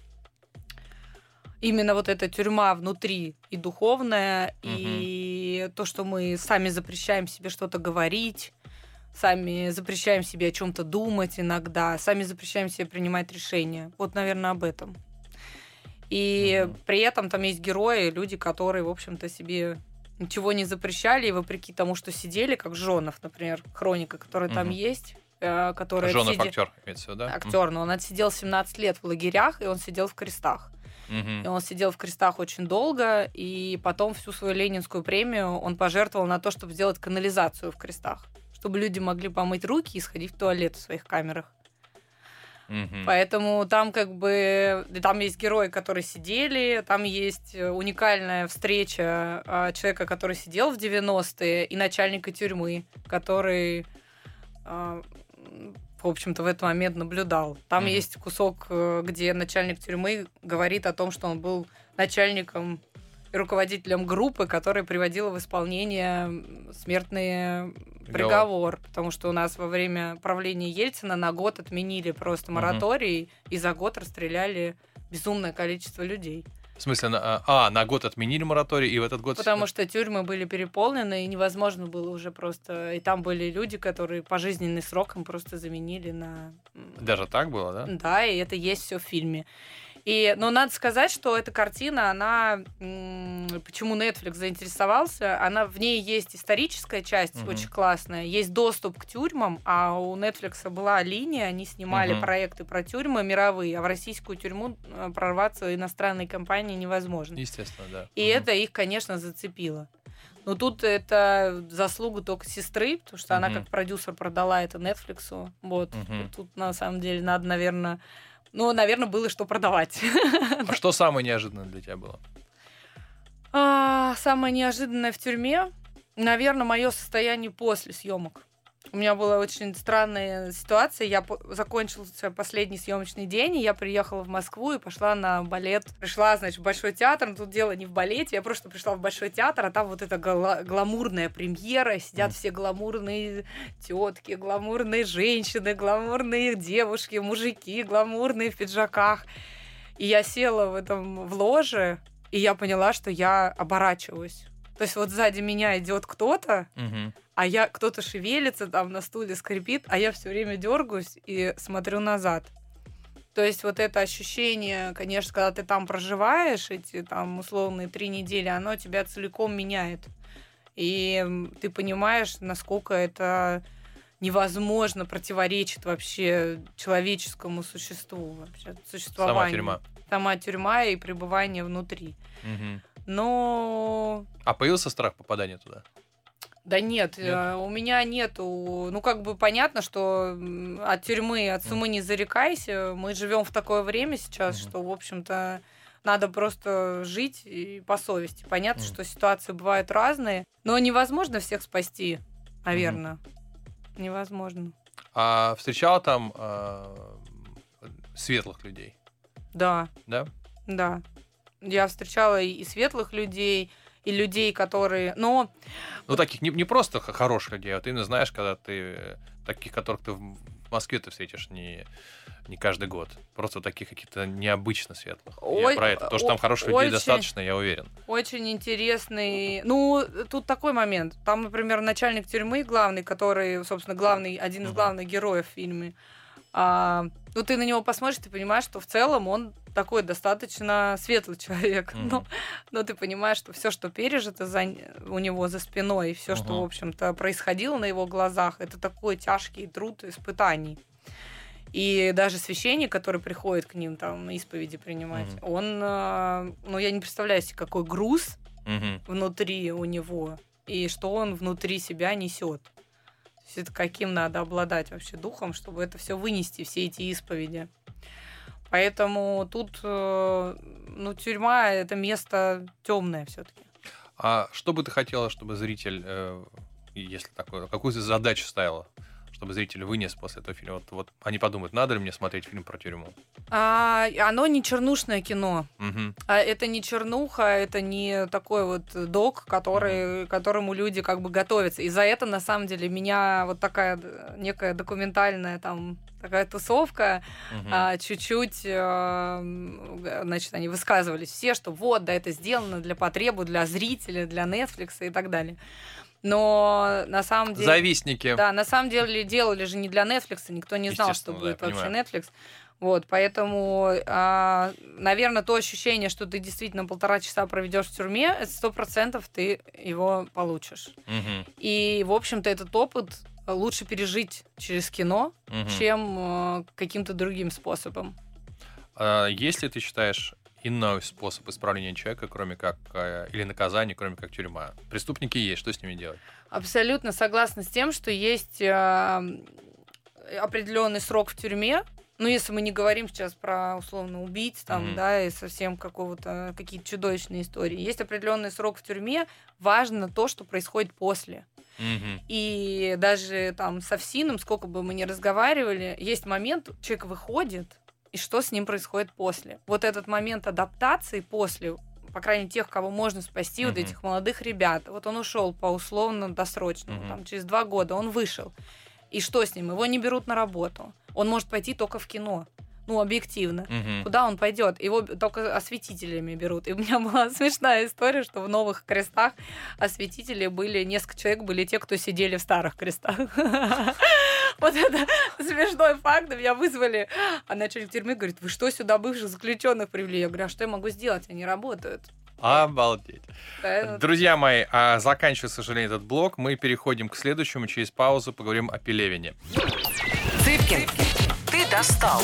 именно вот эта тюрьма внутри и духовная, угу. и то, что мы сами запрещаем себе что-то говорить, сами запрещаем себе о чем-то думать иногда, сами запрещаем себе принимать решения. Вот, наверное, об этом. И mm-hmm. при этом там есть герои, люди, которые, в общем-то, себе ничего не запрещали, и вопреки тому, что сидели, как Жонов, например, хроника, которая mm-hmm. там есть. Который Жонов отсиди... актер, имеется в виду, да? Актер, но он отсидел семнадцать лет в лагерях, и он сидел в крестах. Mm-hmm. И он сидел в крестах очень долго, и потом всю свою ленинскую премию он пожертвовал на то, чтобы сделать канализацию в крестах, чтобы люди могли помыть руки и сходить в туалет в своих камерах. Mm-hmm. Поэтому там как бы... Там есть герои, которые сидели, там есть уникальная встреча человека, который сидел в девяностые, и начальника тюрьмы, который, в общем-то, в этот момент наблюдал. Там mm-hmm. есть кусок, где начальник тюрьмы говорит о том, что он был начальником и руководителем группы, которая приводила в исполнение смертный приговор, потому что у нас во время правления Ельцина на год отменили просто мораторий, угу. и за год расстреляли безумное количество людей. В смысле, на, а, на год отменили мораторий, и в этот год... Потому что тюрьмы были переполнены, и невозможно было уже просто... И там были люди, которые пожизненный срок им просто заменили на... Даже так было, да? Да, и это есть все в фильме. И, но надо сказать, что эта картина, она, почему Netflix заинтересовался, она, в ней есть историческая часть, uh-huh. очень классная, есть доступ к тюрьмам, а у Netflix была линия, они снимали uh-huh. проекты про тюрьмы мировые, а в российскую тюрьму прорваться иностранной компании невозможно. Естественно, да. И uh-huh. это их, конечно, зацепило. Но тут это заслуга только сестры, потому что uh-huh. она как продюсер продала это Netflix. Вот. Uh-huh. Тут, на самом деле, надо, наверное... Ну, наверное, было что продавать. А что самое неожиданное для тебя было? А, самое неожиданное в тюрьме, наверное, мое состояние после съемок. У меня была очень странная ситуация. Я по- закончился последний съемочный день, и я приехала в Москву и пошла на балет. Пришла, значит, в Большой театр, но тут дело не в балете, я просто пришла в Большой театр, а там вот эта гла- гламурная премьера, сидят mm. все гламурные тетки, гламурные женщины, гламурные девушки, мужики, гламурные в пиджаках. И я села в этом в ложе, и я поняла, что я оборачиваюсь. То есть вот сзади меня идет кто-то, mm-hmm. а я кто-то шевелится, там на стуле скрипит, а я все время дергаюсь и смотрю назад. То есть вот это ощущение, конечно, когда ты там проживаешь, эти там условные три недели, оно тебя целиком меняет. И ты понимаешь, насколько это невозможно противоречит вообще человеческому существу, вообще, существованию. Сама тюрьма. Сама тюрьма и пребывание внутри. Угу. Но... А появился страх попадания туда? Да нет, нет, э, у меня нету. Ну, как бы понятно, что от тюрьмы, от сумы не зарекайся. Мы живем в такое время сейчас, mm-hmm. что, в общем-то, надо просто жить и по совести. Понятно, mm-hmm. что ситуации бывают разные, но невозможно всех спасти, наверное. Mm-hmm. Невозможно. А встречала там э, светлых людей? Да. Да? Да. Я встречала и светлых людей, и людей, которые... Но... Ну, таких не, не просто хороших людей, а ты именно знаешь, когда ты... Таких, которых ты в Москве ты встретишь не, не каждый год. Просто таких каких-то необычно светлых. Ой, я про это. То, что там хороших людей очень, достаточно, я уверен. Очень интересный... Ну, тут такой момент. Там, например, начальник тюрьмы главный, который, собственно, главный, один из uh-huh. главных героев в фильме. А, ну, ты на него посмотришь, ты понимаешь, что в целом он такой достаточно светлый человек. Mm-hmm. Но, но ты понимаешь, что все, что пережито за, у него за спиной, и все, uh-huh. что, в общем-то, происходило на его глазах, это такой тяжкий труд испытаний. И даже священник, который приходит к ним там исповеди принимать, mm-hmm. он, ну, я не представляю себе, какой груз mm-hmm. внутри у него. и что он внутри себя несет. То есть это каким надо обладать вообще духом, чтобы это все вынести, все эти исповеди. Поэтому тут, ну, тюрьма — это место темное все-таки. А что бы ты хотела, чтобы зритель, э, если такое, какую ты задачу ставила, чтобы зритель вынес после этого фильма? Вот, вот они подумают, надо ли мне смотреть фильм про тюрьму? А, оно не чернушное кино. Угу. А это не чернуха, это не такой вот док, который, угу. к которому люди как бы готовятся. И за это, на самом деле, меня вот такая некая документальная там такая тусовка, угу. а, чуть-чуть, а, значит, они высказывались все, что вот, да, это сделано для потребу, для зрителя, для Netflix и так далее. Но на самом деле... Завистники. Да, на самом деле делали же не для Netflix, никто не знал, что будет да, вообще Netflix. Вот, поэтому, а, наверное, то ощущение, что ты действительно полтора часа проведешь в тюрьме, это сто процентов ты его получишь. Угу. И, в общем-то, этот опыт лучше пережить через кино, угу. чем э, каким-то другим способом. А если ты считаешь иной способ исправления человека, кроме как, или наказания, кроме как тюрьма? Преступники есть, что с ними делать? Абсолютно согласна с тем, что есть э, определенный срок в тюрьме. Ну, если мы не говорим сейчас про, условно, убийц, там, mm-hmm. да, и совсем какого-то, какие-то чудовищные истории. Есть определенный срок в тюрьме, важно то, что происходит после. Mm-hmm. И даже там с Овсиным, сколько бы мы ни разговаривали, есть момент, человек выходит, и что с ним происходит после. Вот этот момент адаптации после, по крайней мере, тех, кого можно спасти, mm-hmm. вот этих молодых ребят. Вот он ушел по условно-досрочному, mm-hmm. там, через два года он вышел. И что с ним? Его не берут на работу. Он может пойти только в кино. Ну, объективно. Mm-hmm. Куда он пойдет? Его только осветителями берут. И у меня была смешная история, что в новых крестах осветители были, несколько человек были те, кто сидели в старых крестах. Вот это смешной факт. Меня вызвали, а начальник тюрьмы говорит, вы что, сюда бывших заключенных привели? Я говорю, а что я могу сделать? Они работают. Обалдеть. Друзья мои, заканчивая, к сожалению, этот блок, мы переходим к следующему. Через паузу поговорим о Пелевине. Цыпкин, ты достал.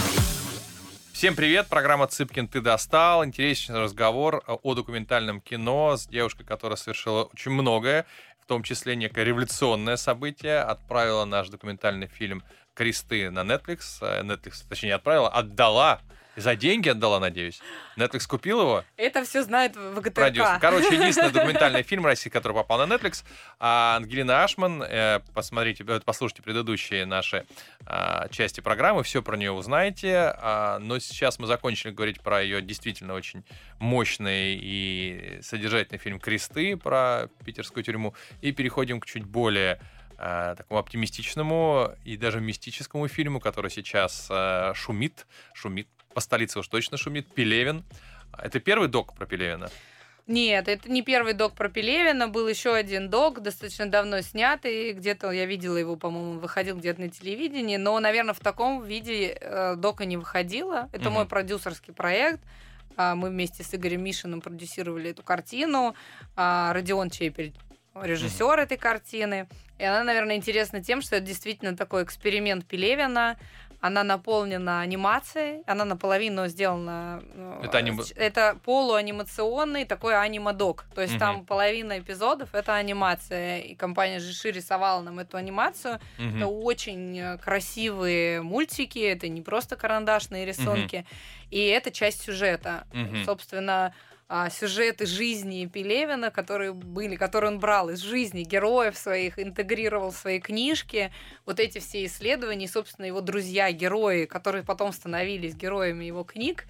Всем привет, программа «Цыпкин, ты достал». Интересный разговор о документальном кино с девушкой, которая совершила очень многое, в том числе некое революционное событие. Отправила наш документальный фильм «Кресты» на Netflix. Netflix, точнее, не отправила, отдала. И за деньги отдала, надеюсь. Netflix купил его. Это все знает ВГТРК. Продюсер. Короче, единственный документальный фильм России, который попал на Netflix. А Ангелина Ашман, э, посмотрите, послушайте предыдущие наши э, части программы, все про нее узнаете. А, но сейчас мы закончили говорить про ее действительно очень мощный и содержательный фильм «Кресты» про питерскую тюрьму. И переходим к чуть более э, такому оптимистичному и даже мистическому фильму, который сейчас э, шумит, шумит. По столице уж точно шумит. Пелевин. Это первый док про Пелевина? Нет, это не первый док про Пелевина. Был еще один док, достаточно давно снятый. Где-то я видела его, по-моему, выходил где-то на телевидении. Но, наверное, в таком виде э, дока не выходила. Это mm-hmm. мой продюсерский проект. А, мы вместе с Игорем Мишиным продюсировали эту картину. А, Родион Чепель, режиссер mm-hmm. этой картины. И она, наверное, интересна тем, что это действительно такой эксперимент Пелевина. Она наполнена анимацией, она наполовину сделана... Это, аним... это полуанимационный такой анимадок. То есть угу. там половина эпизодов — это анимация. И компания Жиши рисовала нам эту анимацию. Угу. Это очень красивые мультики, это не просто карандашные рисунки. Угу. И это часть сюжета. Угу. Собственно, сюжеты жизни Пелевина, которые были, которые он брал из жизни героев своих, интегрировал в свои книжки. Вот эти все исследования, и, собственно, его друзья-герои, которые потом становились героями его книг,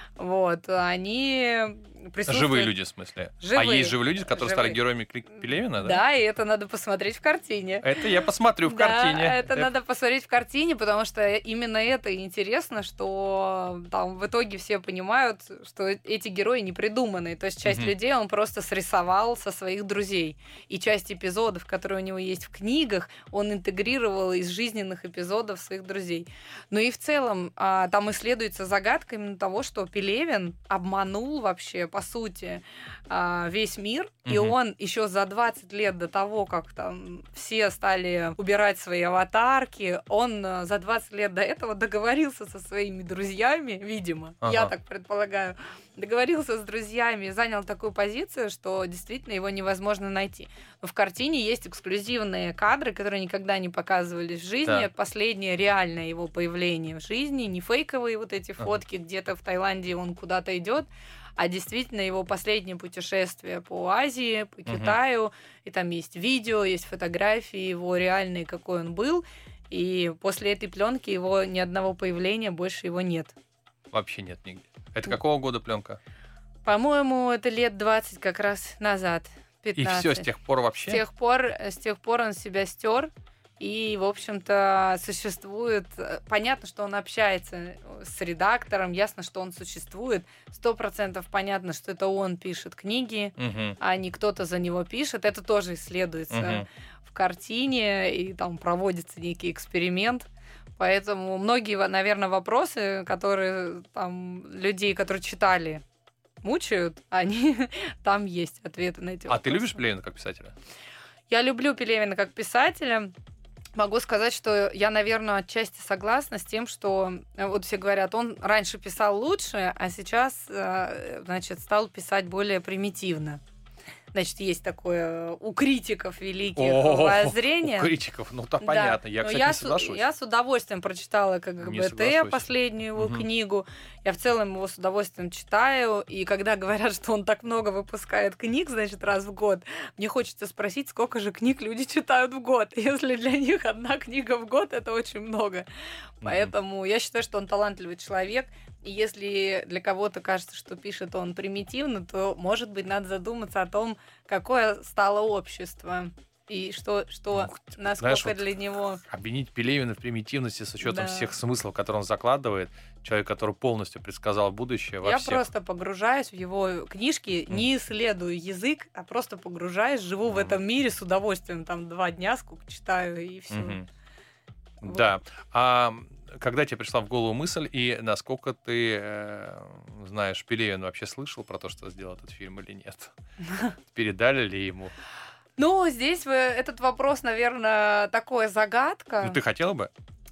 вот, они присутствуют... Живые люди, в смысле? Живые. А есть живые люди, которые живые. стали героями Пелевина, да? Да, и это надо посмотреть в картине. Это я посмотрю в да, картине. это я... надо посмотреть в картине, потому что именно это интересно, что там в итоге все понимают, что эти герои не придуманные. То есть часть mm-hmm. людей он просто срисовал со своих друзей. И часть эпизодов, которые у него есть в книгах, он интегрировал из жизненных эпизодов своих друзей. Ну и в целом там исследуется загадка именно того, что Пелевин обманул вообще вообще, по сути, а, весь мир. Мгм. И он еще за двадцать лет до того, как там все стали убирать свои аватарки, он а, за двадцать лет до этого договорился со своими друзьями, видимо, я Ага. так предполагаю, договорился с друзьями и занял такую позицию, что действительно его невозможно найти. Но в картине есть эксклюзивные кадры, которые никогда не показывались в жизни. Так. Это последнее реальное его появление в жизни, не фейковые вот эти Ага. фотки, где-то в Таиланде он куда-то идет, а действительно его последнее путешествие по Азии, по Мгм. Китаю, и там есть видео, есть фотографии его реальные, какой он был, и после этой пленки его ни одного появления больше его нет. Вообще нет нигде. Это какого года пленка? По-моему, это лет двадцать как раз назад, И пятнадцать. все с тех пор С вообще? тех пор, с тех пор он себя стер. И, в общем-то, существует... э, Понятно, что он общается с редактором, ясно, что он существует. Сто процентов понятно, что это он пишет книги, Мгм. а не кто-то за него пишет. Это тоже исследуется Мгм. в картине, и там проводится некий эксперимент. Поэтому многие, наверное, вопросы, которые там людей, которые читали, мучают, они там есть ответы на эти А вопросы. ты любишь Пелевина как писателя? Я люблю Пелевина как писателя. Могу сказать, что я, наверное, отчасти согласна с тем, что э, вот все говорят, он раньше писал лучше, а сейчас, э, значит, стал писать более примитивно. Значит, есть такое у критиков великих О, воззрение. У критиков, ну так Да, понятно. Я, но кстати, я не с- соглашусь. Я с удовольствием прочитала Не КГБТ, соглашусь. последнюю его Мгм. книгу. Я в целом его с удовольствием читаю. И когда говорят, что он так много выпускает книг, значит, раз в год, мне хочется спросить, сколько же книг люди читают в год. Если для них одна книга в год, это очень много. Поэтому я считаю, что он талантливый человек. И если для кого-то кажется, что пишет он примитивно, то, может быть, надо задуматься о том, какое стало общество. И что, что Ух ты, насколько знаешь, вот для него... Обвинить Пелевина в примитивности с учетом Да. всех смыслов, которые он закладывает, человек, который полностью предсказал будущее во Я всех. просто погружаюсь в его книжки, Мгм. не исследую язык, а просто погружаюсь, живу в Мгм. этом мире с удовольствием. Там два дня сколько читаю, и все. Мгм. Вот. Да. А когда тебе пришла в голову мысль, и насколько ты э, знаешь, Пелевин вообще слышал про то, что сделал этот фильм или нет? Передали ли ему? Ну, здесь вы- этот вопрос, наверное, такая загадка. Ну, ты хотела бы?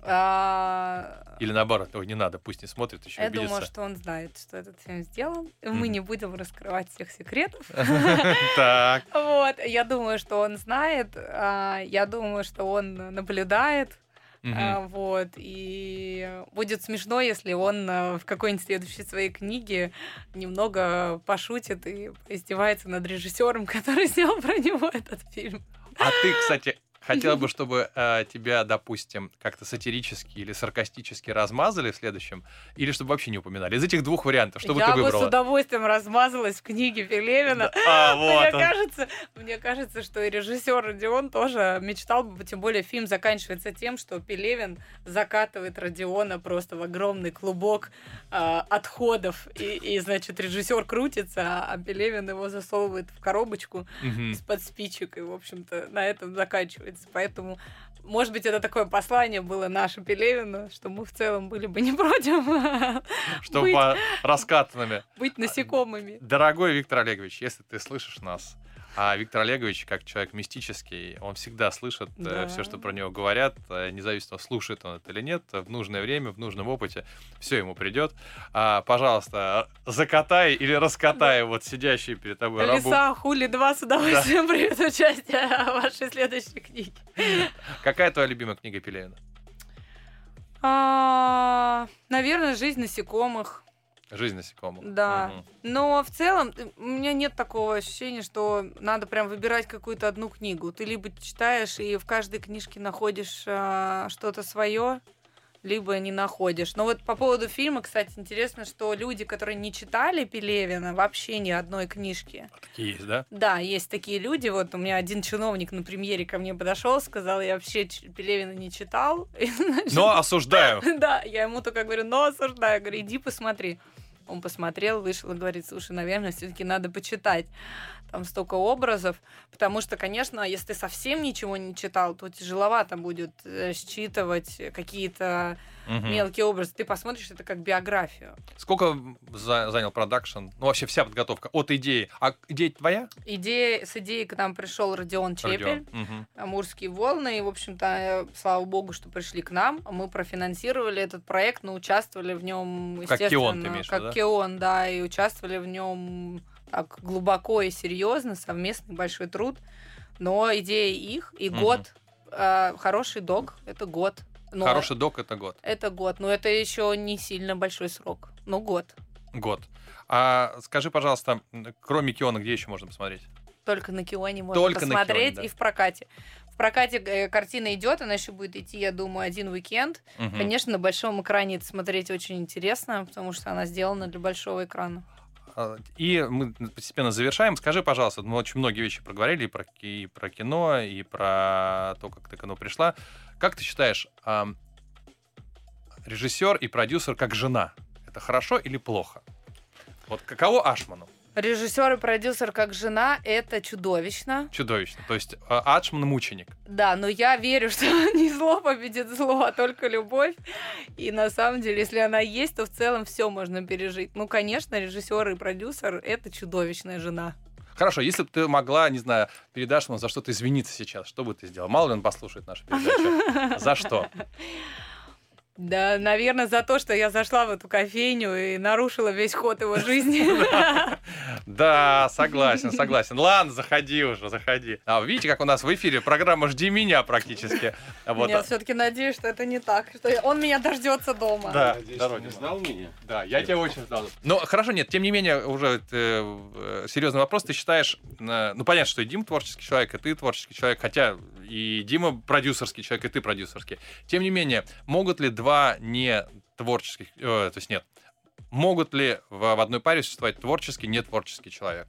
А, Или наоборот, ой, не надо, пусть не смотрит, еще Я обидится. думаю, что он знает, что этот фильм сделан. И Мгм. Мы не будем раскрывать всех секретов. Так. Вот, я думаю, что он знает. а, Я думаю, что он наблюдает. Мгм. А, Вот, и будет смешно, если он а, в какой-нибудь следующей своей книге немного пошутит и издевается над режиссером, который снял про него этот фильм. А ты, кстати, хотела бы, чтобы э, тебя, допустим, как-то сатирически или саркастически размазали в следующем, или чтобы вообще не упоминали? Из этих двух вариантов, что бы Я ты бы с выбрала? удовольствием размазалась в книге Пелевина. А, Мне вот он. кажется, мне кажется, что и режиссер Родион тоже мечтал бы, тем более фильм заканчивается тем, что Пелевин закатывает Родиона просто в огромный клубок а, отходов, и, и, значит, режиссер крутится, а Пелевин его засовывает в коробочку Мгм. из-под спичек, и, в общем-то, на этом заканчивается. Поэтому, может быть, это такое послание было наше Пелевину, что мы в целом были бы не против Что быть, по раскатанными. быть насекомыми. Дорогой Виктор Олегович, если ты слышишь нас, а Виктор Олегович, как человек мистический, он всегда слышит Да. все, что про него говорят, э, независимо, слушает он это или нет, в нужное время, в нужном опыте, все ему придет. А, пожалуйста, закатай или раскатай вот сидящий перед тобой рабу. Лиса Хули два с удовольствием примет участие в вашей следующей книге. Какая твоя любимая книга Пелевина? А, Наверное, «Жизнь насекомых». «Жизнь насекомых». Да. Мгм. Но в целом э, у меня нет такого ощущения, что надо прям выбирать какую-то одну книгу. Ты либо читаешь и в каждой книжке находишь а, что-то свое, либо не находишь. Но вот по поводу фильма, кстати, интересно, что люди, которые не читали Пелевина, вообще ни одной книжки. Такие есть, да? Да, есть такие люди. Вот у меня один чиновник на премьере ко мне подошел, сказал, я вообще Ч- Пелевина не читал. И, значит, Но осуждаю. Да, я ему только говорю, но осуждаю. Говорю, иди посмотри. Он посмотрел, вышел и говорит, слушай, наверное, все-таки надо почитать. Там столько образов. Потому что, конечно, если ты совсем ничего не читал, то тяжеловато будет э, считывать какие-то Угу. мелкие образы, ты посмотришь это как биографию. Сколько за, занял продакшн? Ну, вообще вся подготовка от идеи. А идея твоя? Идея, с идеей к нам пришел Родион Чепель, Угу. «Амурские волны», и, в общем-то, слава богу, что пришли к нам. Мы профинансировали этот проект, но участвовали в нем, естественно. Как Кион, ты имеешь в виду, Как да? Кион, да, и участвовали в нем так глубоко и серьезно, совместный большой труд. Но идея их, и Мгм. год, э, хороший дог, это год. Но Хороший док — это год. Это год, но это еще не сильно большой срок. Ну, год. Год. А скажи, пожалуйста, кроме Киона, где еще можно посмотреть? Только на Кионе можно Только на посмотреть, Кионе, да. и в прокате. В прокате э, картина идет, она еще будет идти, я думаю, один уикенд. Мгм. Конечно, на большом экране это смотреть очень интересно, потому что она сделана для большого экрана. А, И мы постепенно завершаем. Скажи, пожалуйста, мы очень многие вещи проговорили и про, ки- и про кино, и про то, как ты к кино пришла. Как ты считаешь, ам, режиссер и продюсер как жена — это хорошо или плохо? Вот каково Ашману? Режиссер и продюсер как жена — это чудовищно. Чудовищно. То есть а, Ашман мученик. Да, но я верю, что не зло победит зло, а только любовь. И на самом деле, если она есть, то в целом все можно пережить. Ну, конечно, режиссер и продюсер — это чудовищная жена. Хорошо, если бы ты могла, не знаю, перед Ашманом за что-то извиниться сейчас, что бы ты сделала? Мало ли он послушает нашу передачу. За что? Да, наверное, за то, что я зашла в эту кофейню и нарушила весь ход его жизни. Да, согласен, согласен. Ладно, заходи уже, заходи. А видите, как у нас в эфире программа «Жди меня» практически. Вот. Я все-таки надеюсь, что это не так, что он меня дождется дома. Да, Надеюсь, здорово, ты не Дима. знал меня? Да, я тебя очень ждал. Ну, хорошо, нет, тем не менее, уже э, серьезный вопрос. Ты считаешь, э, ну, понятно, что и Дима творческий человек, и ты творческий человек, хотя и Дима продюсерский человек, и ты продюсерский. Тем не менее, могут ли два не творческих, э, то есть нет, могут ли в, в одной паре существовать творческий, не творческий человек?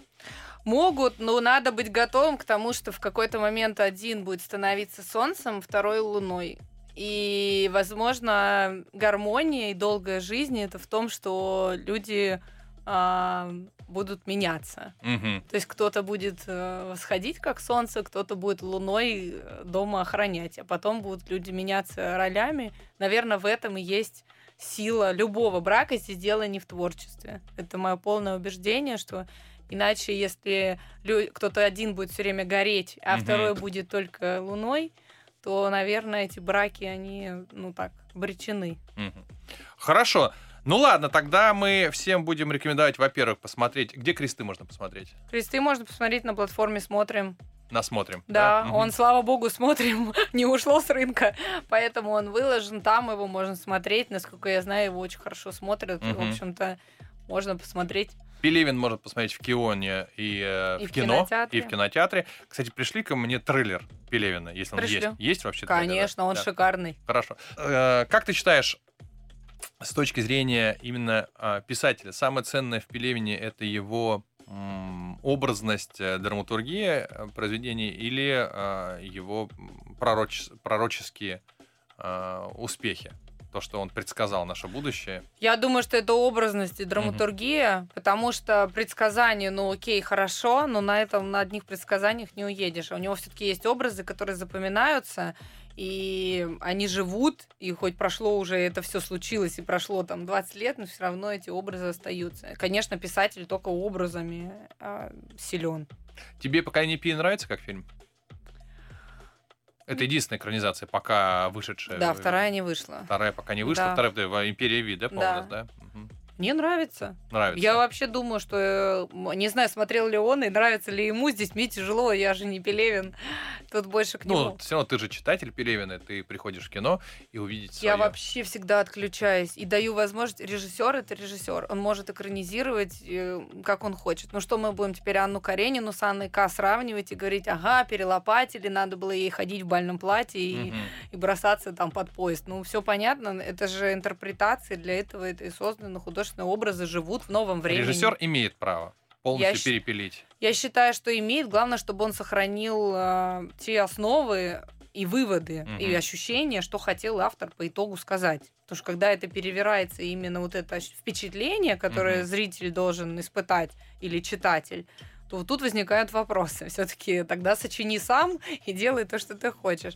Могут, но надо быть готовым к тому, что в какой-то момент один будет становиться солнцем, второй луной. И, возможно, гармония и долгая жизнь — это в том, что люди а, будут меняться. Мгм. То есть кто-то будет э, восходить как солнце, кто-то будет луной э, дома охранять, а потом будут люди меняться ролями. Наверное, в этом и есть сила любого брака, если дело не в творчестве. Это мое полное убеждение, что иначе, если лю- кто-то один будет все время гореть, а Мгм. второй будет только луной, то, наверное, эти браки, они, ну так, обречены. Мгм. Хорошо. Ну ладно, тогда мы всем будем рекомендовать, во-первых, посмотреть, где кресты можно посмотреть. Кресты можно посмотреть на платформе «Смотрим». Насмотрим. Да, Мгм. он, слава богу, смотрим, не ушло с рынка, поэтому он выложен, там его можно смотреть, насколько я знаю, его очень хорошо смотрят, и, в Мгм. общем-то, можно посмотреть. Пелевин можно посмотреть в Кионе и, э, И в в кино, кинотеатре. и в кинотеатре. Кстати, пришли ко мне трейлер Пелевина, если он Пришлю. есть. Есть вообще трейлер? Конечно, он Да. шикарный. Хорошо. Э, Как ты считаешь, с точки зрения именно а, писателя, самое ценное в Пелевине — это его м, образность, э, драматургия э, произведений или а, его м, пророч- пророческие а, успехи? То, что он предсказал наше будущее. Я думаю, что это образность и драматургия, потому что предсказания, ну окей, хорошо, но на этом, на одних предсказаниях не уедешь. А у него все-таки есть образы, которые запоминаются, и они живут, и хоть прошло уже, это все случилось, и прошло там двадцать лет, но все равно эти образы остаются. Конечно, писатель только образами а, силен. Тебе «Пока не пи» нравится как фильм? Это единственная экранизация, пока вышедшая. Да, вторая не вышла. Вторая пока не вышла. Да. Вторая да, в «Империи Ви», да, по-моему, Да. да? Мгм. Мне нравится. Нравится. Я вообще думаю, что... э, м, Не знаю, смотрел ли он и нравится ли ему. Здесь мне тяжело, я же не Пелевин. Тут больше к Ну, нему. все равно ты же читатель Пелевина, ты приходишь в кино и увидеть свое. Я вообще всегда отключаюсь и даю возможность. Режиссер — это режиссер. Он может экранизировать, э, как он хочет. Ну что мы будем теперь Анну Каренину с Анной К. сравнивать и говорить, ага, перелопатили, надо было ей ходить в бальном платье и, Мгм. и бросаться там под поезд. Ну, все понятно, это же интерпретации, для этого это и созданы художественные образы, живут в новом времени. Режиссер имеет право полностью Я щ- перепилить. Я считаю, что имеет. Главное, чтобы он сохранил э, те основы и выводы, Мгм. и ощущения, что хотел автор по итогу сказать. Потому что когда это перевирается именно вот это ощ- впечатление, которое Мгм. зритель должен испытать или читатель, то вот тут возникают вопросы. Все-таки тогда сочини сам и делай то, что ты хочешь.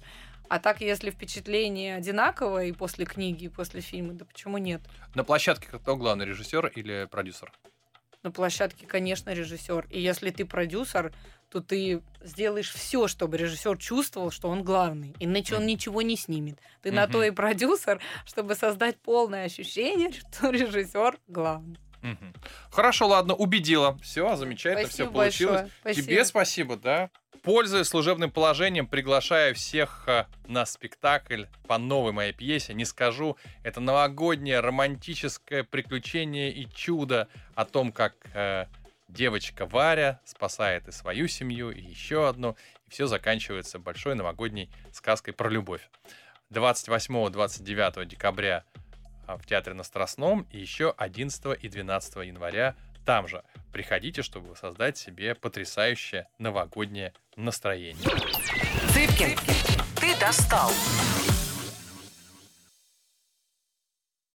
А так, если впечатление одинаковое и после книги, и после фильма, да почему нет? На площадке кто главный, режиссер или продюсер? На площадке, конечно, режиссер. И если ты продюсер, то ты сделаешь все, чтобы режиссер чувствовал, что он главный. Иначе он ничего не снимет. Ты mm-hmm. на то и продюсер, чтобы создать полное ощущение, что режиссер главный. Mm-hmm. Хорошо, ладно, убедила. Все, замечательно, все получилось. Спасибо. Тебе спасибо, да. Пользуясь служебным положением, приглашаю всех на спектакль по новой моей пьесе «Не скажу». Это новогоднее романтическое приключение и чудо о том, как э, девочка Варя спасает и свою семью, и еще одну. И все заканчивается большой новогодней сказкой про любовь. двадцать восьмого — двадцать девятого декабря в Театре на Страстном и еще одиннадцатого и двенадцатого января там же. Приходите, чтобы создать себе потрясающее новогоднее настроение. Цыпкин, ты достал.